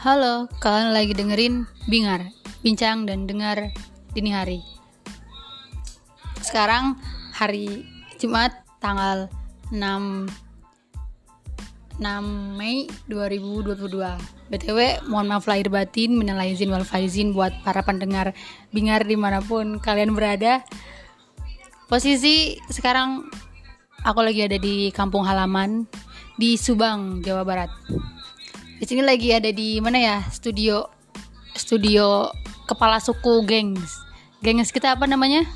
Halo, kalian lagi dengerin Bingar, Bincang dan Dengar Dini Hari. Sekarang hari Jumat tanggal 6 Mei 2022. BTW, mohon maaf lahir batin, minal aizin wal faizin buat para pendengar Bingar dimanapun kalian berada. Posisi sekarang aku lagi ada di kampung halaman di Subang, Jawa Barat. Di sini lagi ada di mana ya? Studio kepala suku gengs. Gengs kita apa namanya?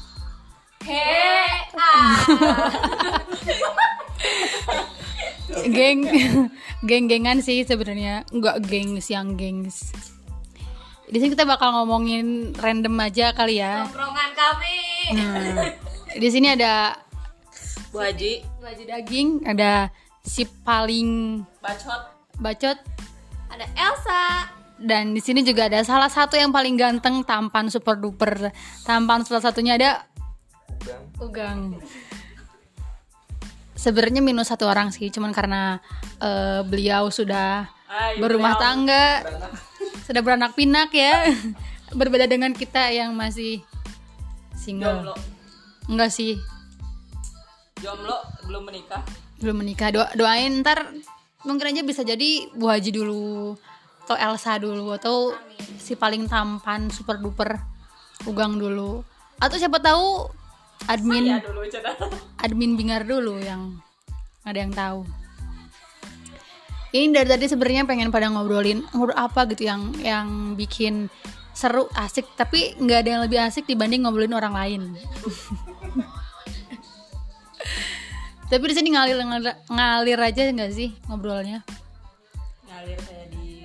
Geng-gengan sih sebenarnya, enggak gengs yang gengs. Di sini kita bakal ngomongin random aja kali ya. Tongkrongan kami. Nah, di sini ada Bu Haji daging, ada si paling bacot, ada Elsa. dan di sini juga ada salah satu yang paling ganteng, tampan super duper. Tampan salah satunya ada Ugang. Sebenarnya minus satu orang sih, cuman karena beliau sudah berumah tangga, sudah beranak pinak ya. Berbeda dengan kita yang masih single. Jomblo. Enggak sih, Jomblo belum menikah. Doain ntar mungkin aja bisa jadi Bu Haji dulu atau Elsa dulu atau si paling tampan super duper Ugang dulu, atau siapa tahu admin Bingar dulu yang ada yang tahu. Ini dari tadi sebenarnya pengen pada ngobrol apa gitu yang bikin seru, asik, tapi nggak ada yang lebih asik dibanding ngobrolin orang lain. Tapi di sini ngalir aja nggak sih ngobrolnya? Ngalir kayak di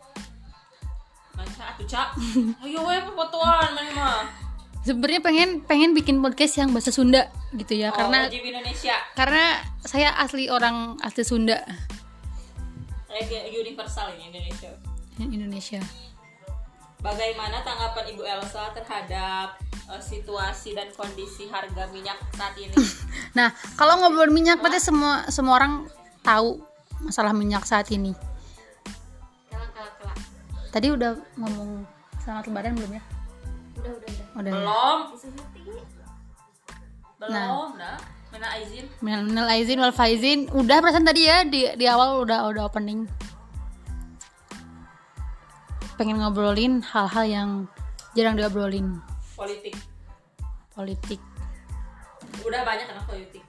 manca atuh Cak. Ayo we fotoan mana mah. Sebenarnya pengen bikin podcast yang bahasa Sunda gitu ya, karena wajib Indonesia. Karena saya orang asli Sunda. Kayak universal ini Indonesia. Indonesia. Bagaimana tanggapan Ibu Elsa terhadap situasi dan kondisi harga minyak saat ini? Nah, kalau ngobrol minyak berarti semua orang tahu masalah minyak saat ini. Kelak. Tadi udah ngomong selamat lebaran belum ya? Udah. Belum. Minal aizin wal faizin. Udah perasaan tadi ya di awal udah opening. Pengen ngobrolin hal-hal yang jarang diobrolin. Politik. Udah banyak anak politik.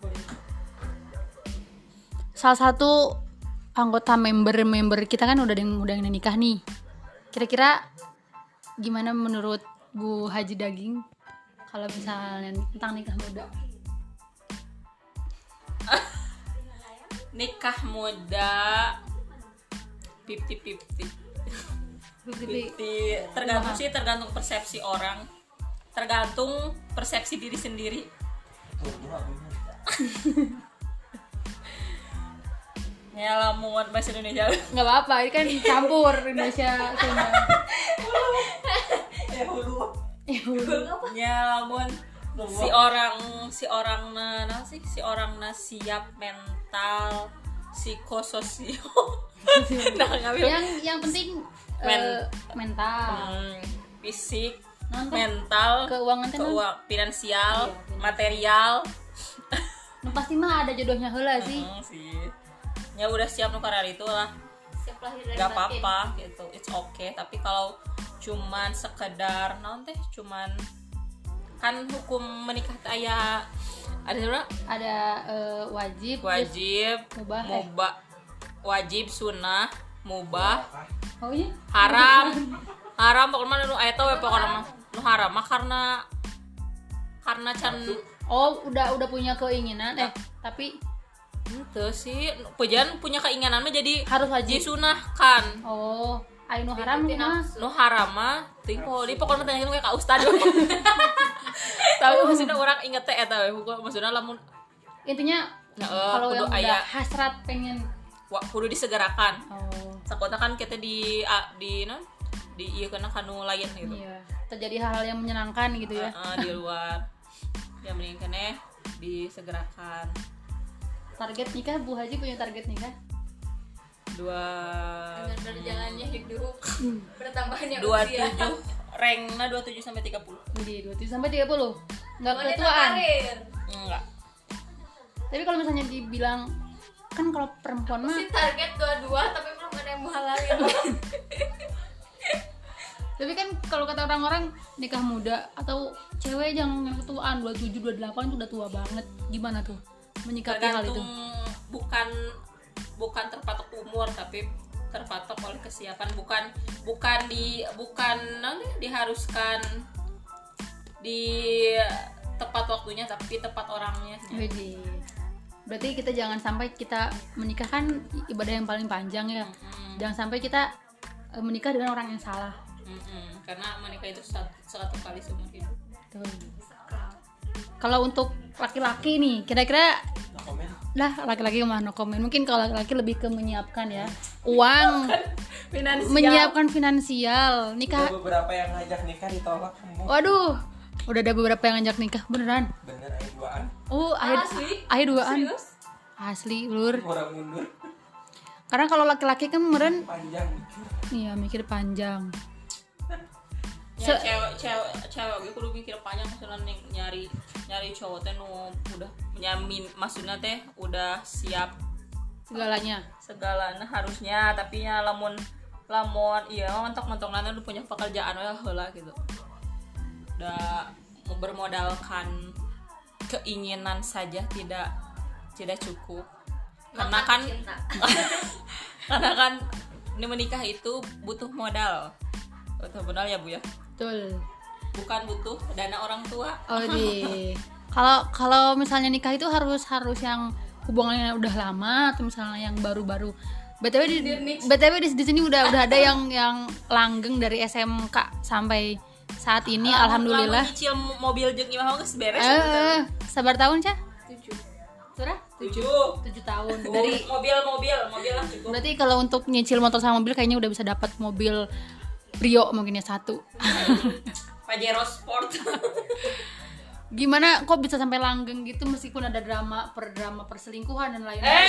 Salah satu anggota member kita kan udah yang nikah nih. Kira-kira gimana menurut Bu Haji Daging kalau misalnya tentang nikah muda? Nikah muda 50-50. Tergantung persepsi orang, tergantung persepsi diri sendiri. Ya lamun bahasa Indonesia Nggak apa-apa, ini kan campur Indonesia Sunda. Ya lamun si orang siap mental, psikososio. Yang penting mental, fisik, Nonton, mental, keuangan, finansial, material. Nah, pasti mah ada jodohnya heula sih. Sih. Ya udah siap nu karena itu lah. Siap lahir dan Gak batin. apa-apa gitu, it's okay. Tapi kalau cuman sekedar cuman kan hukum menikah aya ada berapa? Ada wajib, mubah, wajib, sunnah, mubah, oh iya, haram pokoknya nu aya teh pokoknya nu haram mah karena can udah punya keinginan tapi itu sih punya keinginan mah jadi harus wajib sunah kan. Aya nu haram Nu haram mah ting di pokoknya tanyain kayak ka ustad. Tapi maksudnya orang inget teh eta we, maksudnya lamun intinya kalau yang udah hasrat pengen kudu disegerakan. Sakota kan kita di ieu kana kanu lain gitu. Iya, terjadi hal-hal yang menyenangkan gitu ya. Di luar. Ya mending keneh disegerakan. Target nikah, Bu Haji punya target nikah? Dua dengan berjalannya hidup, bertambahnya 27 usia. ranknya 27 sampai 30. Di 27 sampai 30. Enggak Wanita ketuaan. karir. Enggak. Tapi kalau misalnya dibilang kan kalau perempuan mah Si target 22 tapi belum ada yang mau halalin. tapi kan kalau kata orang-orang nikah muda atau cewek jangan yang ketuaan 27 28 itu udah tua banget. Gimana tuh menyikapi hal itu? Tergantung, bukan terpatok umur tapi terpatok oleh kesiapan, bukan diharuskan di tepat waktunya tapi tepat orangnya. Widih. Berarti kita jangan sampai kita menikah kan ibadah yang paling panjang ya. Jangan sampai kita menikah dengan orang yang salah. Karena menikah itu satu kali seumur hidup. Tuh. Kalau untuk laki-laki nih, kira-kira lah laki-laki mah no comment. Mungkin kalau laki-laki lebih ke menyiapkan ya uang, Finansial. menyiapkan finansial. Nikah. Ada beberapa yang ngajak nikah ditolak kamu. Waduh, udah ada beberapa yang ngajak nikah beneran. Bener aja duaan. Oh, Asli? akhir duaan. Serius? Asli, lur. Orang mundur Karena kalau laki-laki kan meren, panjang mikir. iya mikir panjang. Ya, cewek gitu udah mikir panjang maksudnya nyari cowok teh nu udah nyamin maksudnya teh udah siap Segalanya. segalanya harusnya tapi ya lamun iya mentok-mentok nanti udah punya pekerjaan ya heula gitu. Udah bermodalkan keinginan saja tidak cukup. Karena kan Cinta. karena kan ini menikah itu butuh modal. Butuh modal ya Bu ya. Betul. Bukan butuh dana orang tua. Oh di. Kalau misalnya nikah itu harus yang hubungannya udah lama atau misalnya yang baru-baru. BTW di sini udah ada yang langgeng dari SMK sampai saat ini alhamdulillah. Lamun nyicil mobil jeung imah geus beres. Sabar tahun Cah? 7. Surah? 7 7 tahun. dari mobil lah cukup. Berarti kalau untuk nyicil motor sama mobil kayaknya udah bisa dapat mobil Brio mungkin ya 1. Pajero Sport. Gimana kok bisa sampai langgeng gitu meskipun ada drama perselingkuhan dan lain-lain?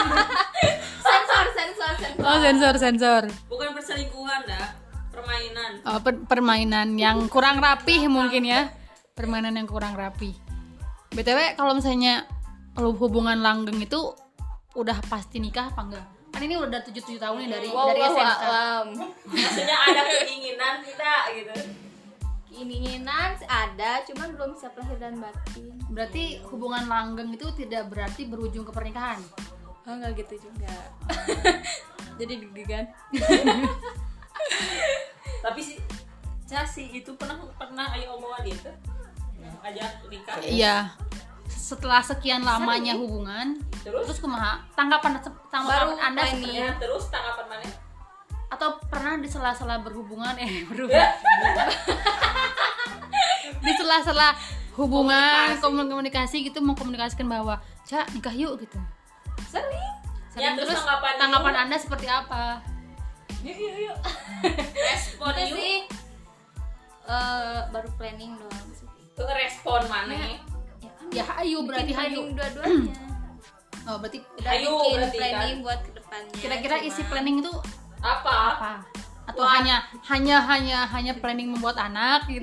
Sensor. Oh, sensor. Bukan perselingkuhan dah, permainan. Oh, permainan yang kurang rapih mungkin ya. Permainan yang kurang rapih. BTW kalau misalnya hubungan langgeng itu udah pasti nikah apa enggak? Kan ini udah 7 tahun nih dari SMK. Maksudnya ada keinginan kita gitu. Keinginan ada, cuman belum siap lahir dan batin. Berarti hubungan langgeng itu tidak berarti berujung ke pernikahan. Oh, enggak gitu juga. Jadi deg-degan. Tapi si itu pernah ayo omongan itu ajak nikah. Iya. Setelah sekian lamanya hubungan, terus kumaha? Tanggapan Baru Anda ini. seperti Ya, terus tanggapan mana? atau pernah di sela-sela berhubungan di sela-sela hubungan komunikasi gitu mengkomunikasikan bahwa Cak nikah yuk gitu. Sering. Sering. Ya, terus Terus tanggapan tanggapan yuk. Anda seperti apa? Yuk. Respon Udah yuk. sih baru planning doang sih. Tuh respon mana? Ya ayo berarti Bikin hayu. planning dua-duanya. Oh berarti Udah Hayu bikin berarti, planning kan? buat kedepannya. kira-kira isi Cuma- planning itu Apa? apa? Atau hanya planning membuat anak gitu?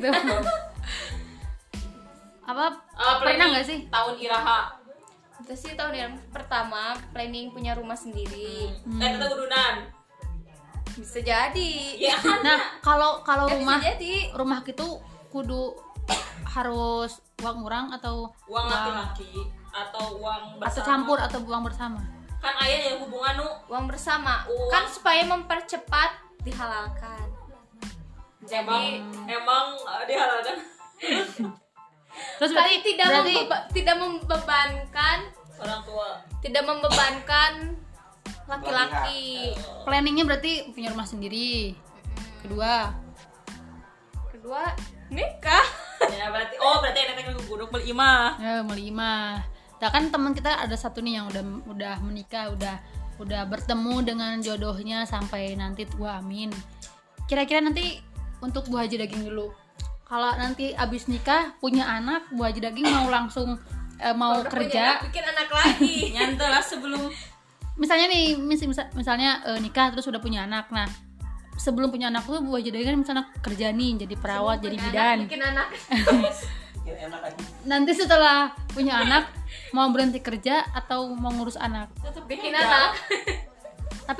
Apa pernah nggak sih? Tahun iraha. Itu sih tahun yang pertama planning punya rumah sendiri. Kita kudunan. Bisa jadi. Ya kan? Nah kalau Ya, rumah bisa jadi. rumah gitu kudu harus uang orang atau Uang laki-laki atau uang bersama. atau campur atau uang bersama? Kan ayah yang hubungan nu Uang bersama. Uang. Kan supaya mempercepat dihalalkan. Jadi emang dihalalkan. Terus kan berarti tidak membebankan Orang tua. tidak membebankan laki-laki. planningnya berarti punya rumah sendiri. Kedua Kedua, nikah. Ya berarti enak yang guduk beli imah. ya melima. Nah kan teman kita ada satu nih yang udah menikah, udah bertemu dengan jodohnya sampai nanti tua, amin. Kira-kira nanti untuk Bu Haji Daging dulu, kalau nanti abis nikah punya anak, Bu Haji Daging mau langsung mau Udah punya kerja anak, bikin anak lagi. Nyantel lah sebelum misalnya nih misalnya nikah terus udah punya anak. Nah, sebelum punya anak tuh Bu Haji Doi kan misalnya kerja nih jadi perawat, jadi bidan. Bikin anak. Bikin enak aja. Nanti setelah punya anak mau berhenti kerja atau mau ngurus anak. Bikin anak. Tapi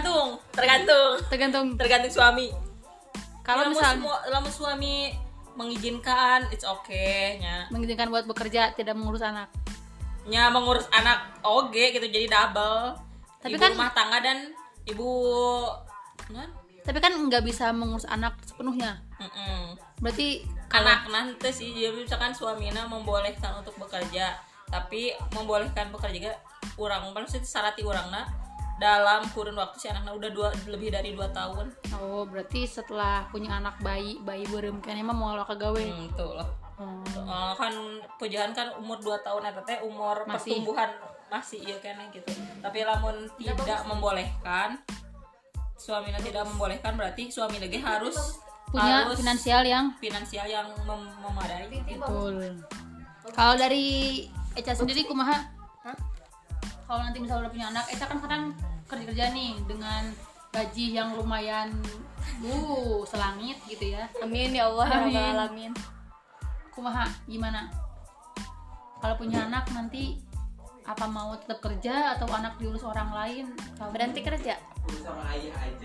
tergantung suami. kalau misalnya lamun suami mengizinkan, it's okay nya. mengizinkan buat bekerja tidak mengurus anak. Nya mengurus anak oge gitu, jadi double. Tapi Ibu kan- rumah tangga dan ibu kan? Tapi kan nggak bisa mengurus anak sepenuhnya. Berarti Anak nanti sih, jadi misalkan suaminya membolehkan untuk bekerja, tapi membolehkan bekerja juga urang maksudnya syarati urangna dalam kurun waktu si anaknya udah lebih dari 2 tahun. oh berarti setelah punya anak bayi beureum kan emang mau ke gawe. Tuh loh. Kan pujian kan umur 2 tahun eta teh umur Masih. pertumbuhan masih iya kan gitu. Tapi lamun tidak membolehkan, suaminya tidak membolehkan, berarti suami lagi harus Punya finansial yang yang memadai. betul. Kalau dari Eca sendiri kumaha? Kalau nanti misalnya udah punya anak, Eca kan sekarang kerja nih dengan gaji yang lumayan selangit gitu ya. Amin ya Allah ya Amin. Rabbal alamin. Kumaha gimana? Kalau punya anak nanti apa mau tetap kerja atau anak diurus orang lain? Berhenti kerja. Urus sama ayah aja.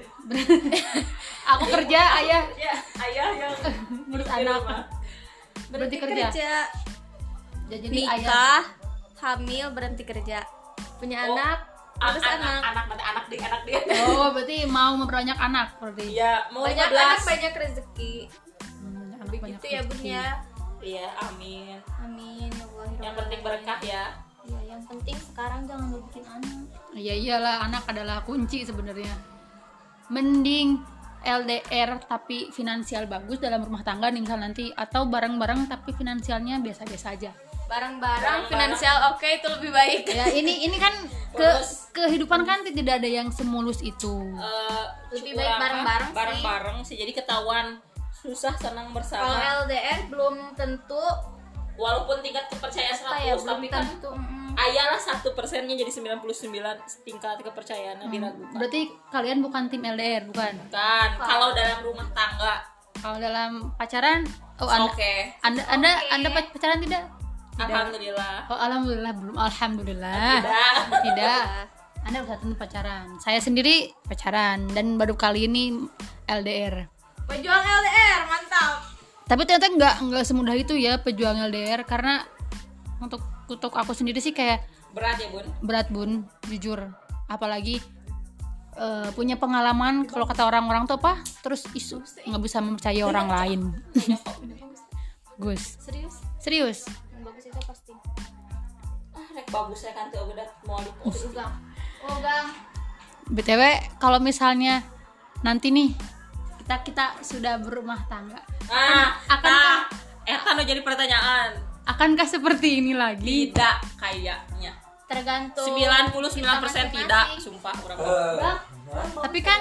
Aku kerja, ayah Ya, ayah yang ngurus di anak. rumah. Berhenti kerja. Jadi ayah. Nikah, hamil, berhenti kerja. Punya Oh, anak, terus anak. anak dia. Oh, berarti mau memperbanyak anak berarti. Iya, mau Banyak 15. anak banyak rezeki. Anak banyak Begitu ya Bun rezeki. ya. Iya, amin. Amin ya Allah. Yang penting berkah ya. Ya, yang penting sekarang jangan lu bikin anak. Ya iyalah, anak adalah kunci sebenarnya. Mending LDR tapi finansial bagus dalam rumah tangga nih misal nanti, atau bareng-bareng tapi finansialnya biasa-biasa aja. Barang-barang finansial oke itu lebih baik. Ya ini kan kehidupan kan tidak ada yang semulus itu. Lebih baik bareng-bareng sih. Bareng-bareng sih, jadi ketahuan susah senang Kalau bersama. LDR belum tentu Walaupun tingkat kepercayaan 100, apa ya, belum tapi kan tentu. ayalah 1%-nya jadi 99 tingkat kepercayaannya diragukan. Berarti kalian bukan tim LDR, bukan? Kan kalau dalam rumah tangga Kalau dalam pacaran, oke. Anda pacaran tidak? Alhamdulillah. Oh, alhamdulillah belum. Alhamdulillah. Tidak. Anda udah tentu pacaran. Saya sendiri pacaran dan baru kali ini LDR. Pejuang LDR, mantap. Tapi ternyata nggak semudah itu ya pejuang LDR, karena untuk aku sendiri sih kayak Berat ya, Bun. berat Bun, jujur. Apalagi punya pengalaman kalau kata orang-orang tuh apa? Terus isu nggak bisa mempercayai orang lain. Bagus. Serius. Yang bagus itu pasti. Rek bagus ya kan tuh udah mau dipost. Gang. BTW kalau misalnya nanti nih kita sudah berumah tangga, akankah kan jadi pertanyaan. akankah seperti ini lagi? Tidak kayaknya. Tergantung 99% kita tidak, masing-masing. sumpah orang. Tapi kan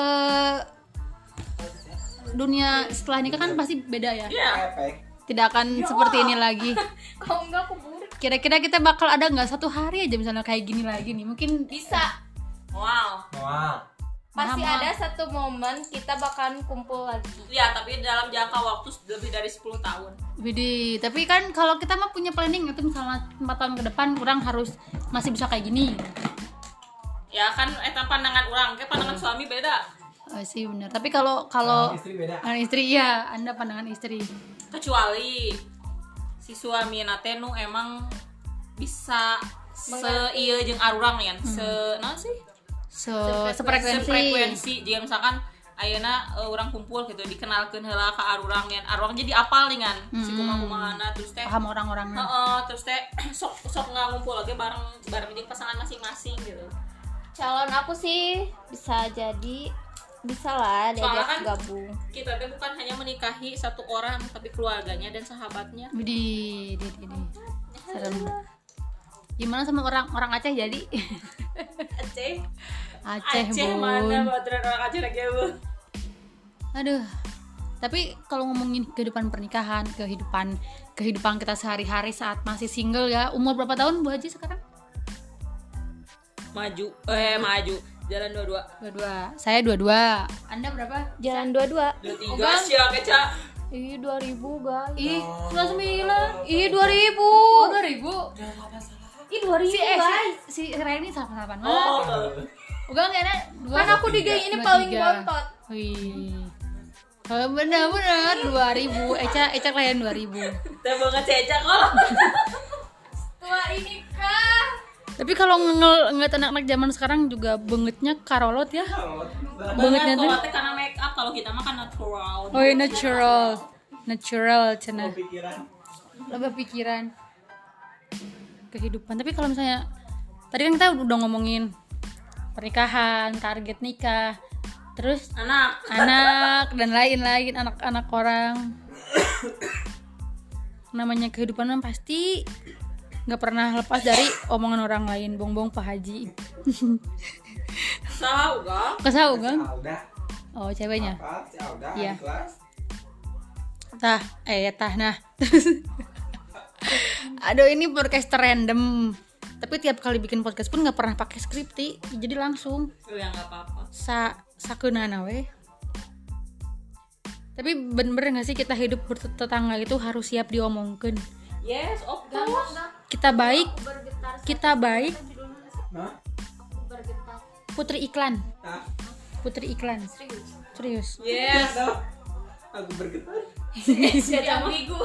dunia setelah nikah kan pasti beda ya. Iya. Efek. Tidak akan seperti ini lagi. Kalau enggak aku buruk. Kira-kira kita bakal ada nggak satu hari aja misalnya kayak gini lagi nih? Mungkin Bisa. Wow. Wah. Pasti Lama. ada satu momen kita bakalan kumpul lagi. Ya, tapi dalam jangka waktu lebih dari 10 tahun. Widih, tapi kan kalau kita mah punya planning itu misalnya 4 tahun ke depan kurang harus masih bisa kayak gini. Ya kan eta pandangan orang, kayak pandangan suami beda. Sih benar. Tapi kalau Istri beda. istri ya, Anda pandangan istri. Kecuali si suami nate nu emang bisa seieu jeung arurang ya. Naon sih? Sefrekuensi. Jika misalkan ayeuna orang kumpul gitu dikenalkeun heula ka arurang nya. Arurang jadi apal nih kan si kumaha-kumahana terus teh Paham orang-orangnya. terus teh sok ngumpul lagi bareng jeung pasangan masing-masing gitu. Calon aku sih bisa jadi bisa lah Soalnya diajak kan gabung. kita teh bukan hanya menikahi satu orang tapi keluarganya dan sahabatnya. Widih, serem. Gimana sama orang Aceh jadi? Aceh Bun. mana baterai orang Aceh lagi ya, Bu? Aduh. Tapi kalau ngomongin kehidupan pernikahan, kehidupan kita sehari-hari saat masih single ya, umur berapa tahun Bu Haji sekarang? maju jalan 22. Saya 22. Anda berapa? Jalan 22. 23 sih ya keca. Ih 2000 guys. Ih, 99. Ih 2000. Oh, 2000. Ih 2000 guys. Si Reni sama-sama. Oh Udah enggak enak. Kan aku di geng ini paling bontot. Wih. Bener 2000. Eca klien 2000. teh banget ceca kalau Tua ini kah? Tapi kalau ngeliat anak-anak zaman sekarang juga bengetnya karolot ya. Bengetnya tuh. kalau teh karena make up, kalau kita mah kan natural. Oh iya, natural cenah. Pikiran. Lebih pikiran kehidupan. Tapi kalau misalnya tadi kan kita udah ngomongin pernikahan, target nikah, terus Anak dan lain-lain anak-anak orang. Namanya kehidupan kan pasti nggak pernah lepas dari omongan orang lain. Bongbong Pak Haji. tahu gak? Kesau kan? Udah. Oh ceweknya. Apa? Si Auda Iya. di kelas. Nah. Aduh, ini podcast random. Tapi tiap kali bikin podcast pun nggak pernah pakai skrip, jadi langsung Ya nggak apa-apa. sakeunana we. Tapi bener nggak sih kita hidup bertetangga itu harus siap diomongkan. Yes, of course. Kita baik, Bergetar. kita baik. Hah? Aku bergetar. Putri iklan, Nah, Putri iklan. Serius. Yes. tahu. Aku bergetar. Jadi ambigu.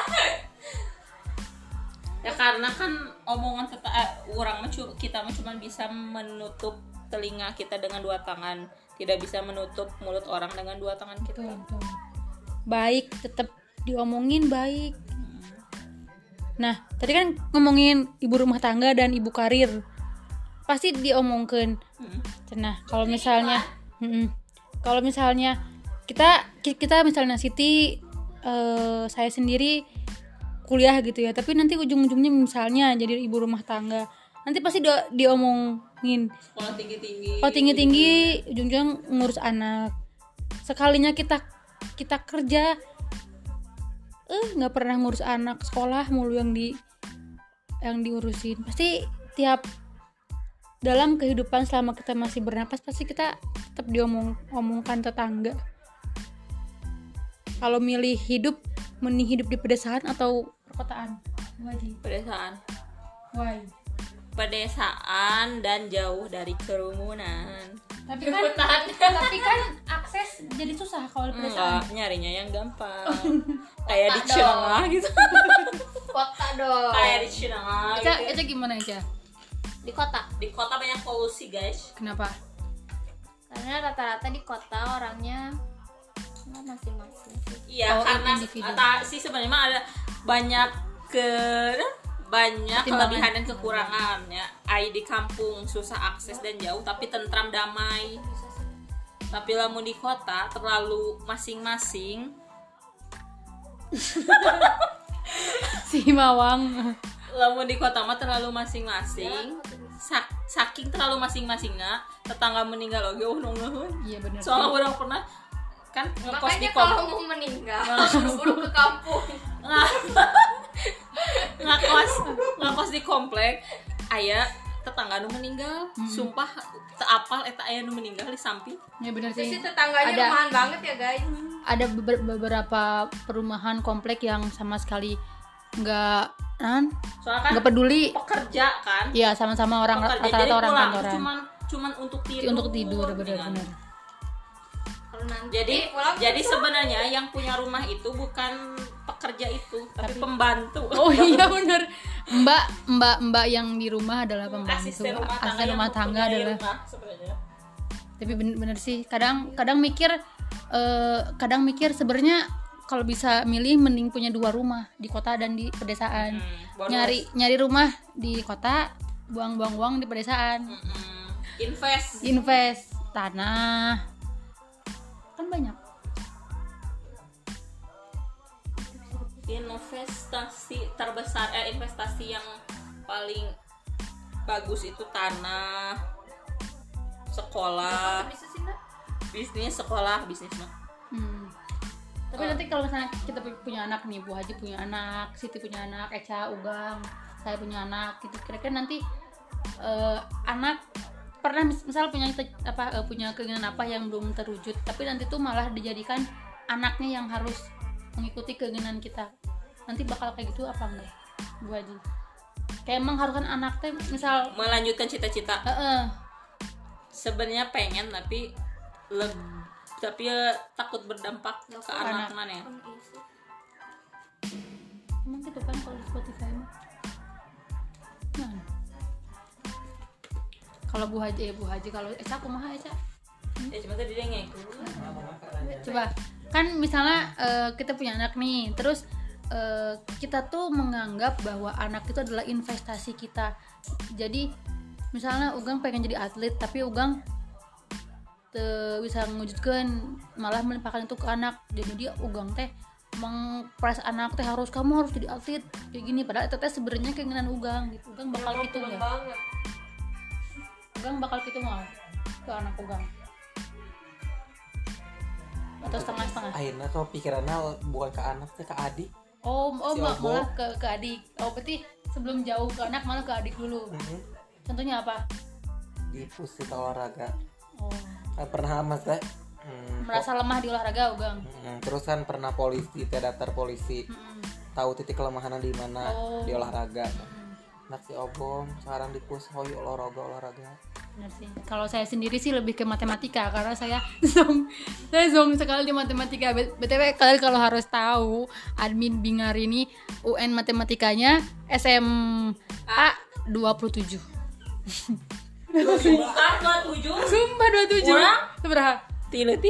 Ya karena kan omongan kita mah cuma bisa menutup telinga kita dengan dua tangan, tidak bisa menutup mulut orang dengan dua tangan kita. Betul. Baik, tetap diomongin baik. Nah, tadi kan ngomongin ibu rumah tangga dan ibu karir. Pasti diomongkan. Nah, kalau misalnya kita misalnya Siti, saya sendiri kuliah gitu ya, tapi nanti ujung-ujungnya misalnya jadi ibu rumah tangga, nanti pasti diomongin. Sekolah tinggi-tinggi. Kalau tinggi-tinggi ujung-ujungnya ngurus anak. Sekalinya kita kerja nggak pernah ngurus anak, sekolah mulu yang diurusin. Pasti tiap dalam kehidupan selama kita masih bernapas pasti kita tetap diomongkan tetangga. Kalau milih hidup, mending hidup di pedesaan atau perkotaan? Pedesaan. Why? Pedesaan dan jauh dari kerumunan. Tapi kan akses jadi susah kalau di pedesaan. Enggak, nyarinya yang gampang. Kayak di Cina gitu. Kota dong. Kayak di Cina gitu. Eca gimana Eca? Di kota. Di kota banyak polusi, guys. Kenapa? Karena rata-rata di kota orangnya masing-masing sih. Iya, Oh, karena individu. sih sebenarnya mah ada banyak kelebihan dan kekurangannya. Ai di kampung susah akses dan jauh tapi tentram damai. Tapi lamun di kota terlalu masing-masing. Si Mawang. Lamun di kota mah terlalu masing-masing. Saking terlalu masing-masingnya, tetangga meninggal oge nungguin. Iya benar. Soalnya orang pernah kan ngekos di Makanya kalau mau meninggal buru-buru ke kampung. ngekos di komplek aya tetangga nu meninggal. Sumpah teu apal eta aya nu meninggal di samping. Ya benar Terus sih. tetangganya Ada- rumahan banget ya guys. Ada beberapa perumahan komplek yang sama sekali nggak Soalnya kan peduli. pekerja kan. Ya sama-sama orang Pekerja jadi rata-rata orang pulang kantoran. cuman untuk tidur. Untuk tidur benar-benar. Kalau nanti Jadi pulang sebenarnya yang punya rumah itu bukan pekerja itu, tapi pembantu. Oh iya benar. Mbak yang di rumah adalah pembantu. Asisten rumah tangga, Asisten rumah yang tangga mempunyai adalah. rumah sebenarnya. Tapi bener sih. Kadang mikir sebenarnya kalau bisa milih mending punya 2 rumah di kota dan di pedesaan. Bonus. Nyari rumah di kota, buang-buang uang di pedesaan. Invest tanah. Kan banyak. Investasi terbesar investasi yang paling bagus itu tanah, sekolah, bisa sih Nak? bisnis mah. Tapi nanti kalau misalnya kita punya anak nih, Bu Haji punya anak, Siti punya anak, Eca, Ugang, saya punya anak, gitu. Kira-kira nanti anak pernah misal punya keinginan apa yang belum terwujud, tapi nanti tuh malah dijadikan anaknya yang harus mengikuti keinginan kita, nanti bakal kayak gitu apa enggak Bu Haji? Kayak emang harus kan anak teh misal melanjutkan cita-cita. Sebenarnya pengen tapi ya takut berdampak ke anak mana ya. Emang gitu kan kalau di Spotify mah. Nah. Kalau Bu Haji kalau Eca kumaha Eca? Ya cuma tadi dia ngekut. Coba kan misalnya kita punya anak nih, terus kita tuh menganggap bahwa anak itu adalah investasi kita. Jadi misalnya Ugang pengen jadi atlet tapi Ugang bisa mewujudkan, malah melimpahkan itu ke anak. Jadi dia Ugang teh mengpres anak teh kamu harus jadi atlet kayak gini, padahal itu teh sebenarnya keinginan Ugang gitu. Ugang bakal gitu enggak? Ugang bakal gitu mau ke anak Ugang? Atau setengah-setengah? Akhirnya kalau pikirannya bukan ke anak, ke adik. Si Malah ke adik. Oh berarti sebelum jauh ke anak malah ke adik dulu. Contohnya apa? Di olahraga. Oh. Kan pernah mas teh Merasa lemah di olahraga Ugang. Terus kan pernah polisi, daftar polisi. Tahu titik kelemahannya di mana di olahraga. Nak si Obom sekarang dipus hoy olahraga. Benar sih. Kalau saya sendiri sih lebih ke matematika karena saya zong sekali di matematika. BTW kalian kalau harus tahu, admin Bingar ini UN matematikanya SMA 27. Sumpah 27. Sumpah 27. Kurang? Seberapa? Tilu. 25.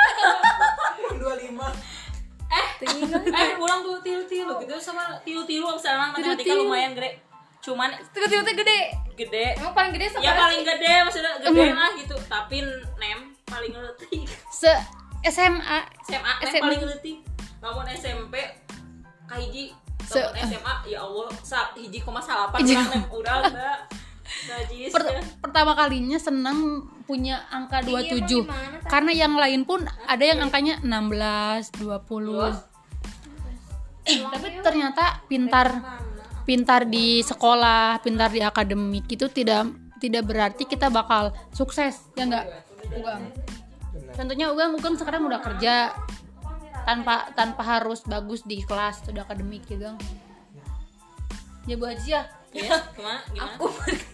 Ulang tuh tilu gitu sama tilu misalnya matematika Tilu. lumayan gede. Cuman Tiga-tiga gede. gede. Emang paling gede Ya seberapa paling sih? gede maksudnya gede lah gitu. Tapi nem paling leutik. SMA SMA nem paling leutik. Namun SMP kahiji namun SMA ya Allah hiji 0,8 nem udah. Najis. Pertama kalinya senang punya angka 27. gimana, Karena yang lain pun ada yang angkanya 16, 20. Tapi ternyata pintar di sekolah, pintar di akademik itu tidak berarti kita bakal sukses, ya enggak? Ugang. Contohnya Ugang sekarang udah kerja tanpa harus bagus di kelas atau di akademik ya, Gang. Ya Bu Haji ya. Gimana? Aku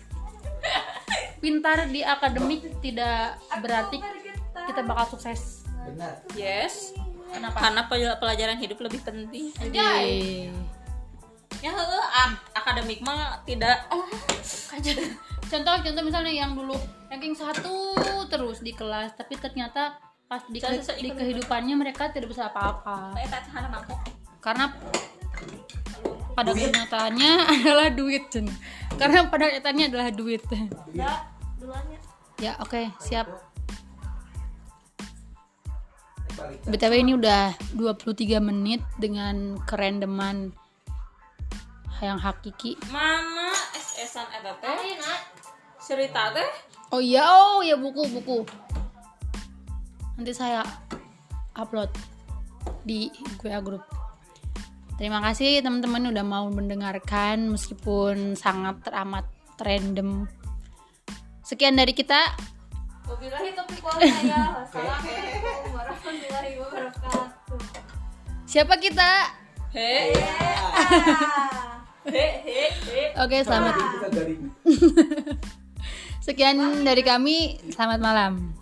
pintar di akademik tidak berarti kita bakal sukses. Benar. Yes. Kenapa? Karena pelajaran hidup lebih penting. Jadi Ya akademik mah tidak. contoh misalnya yang dulu ranking 1 terus di kelas, tapi ternyata pas di kehidupannya mereka tidak bisa apa-apa. Karena pada kenyataannya adalah duit, Jen. Karena pada kenyataannya adalah duit. Ya, duluannya. Ya, oke, siap. BTW ini udah 23 menit dengan kerandoman yang hakiki. Mana SS-an eta teh? Cerita teh? Oh ya buku. Nanti saya upload di WA group. Terima kasih teman-teman udah mau mendengarkan meskipun sangat teramat random. Sekian dari kita. Wabillahi taufiq wal hidayah. Wassalamualaikum warahmatullahi wabarakatuh. Siapa kita? He. Oke, selamat. Sekian dari kami. Selamat malam.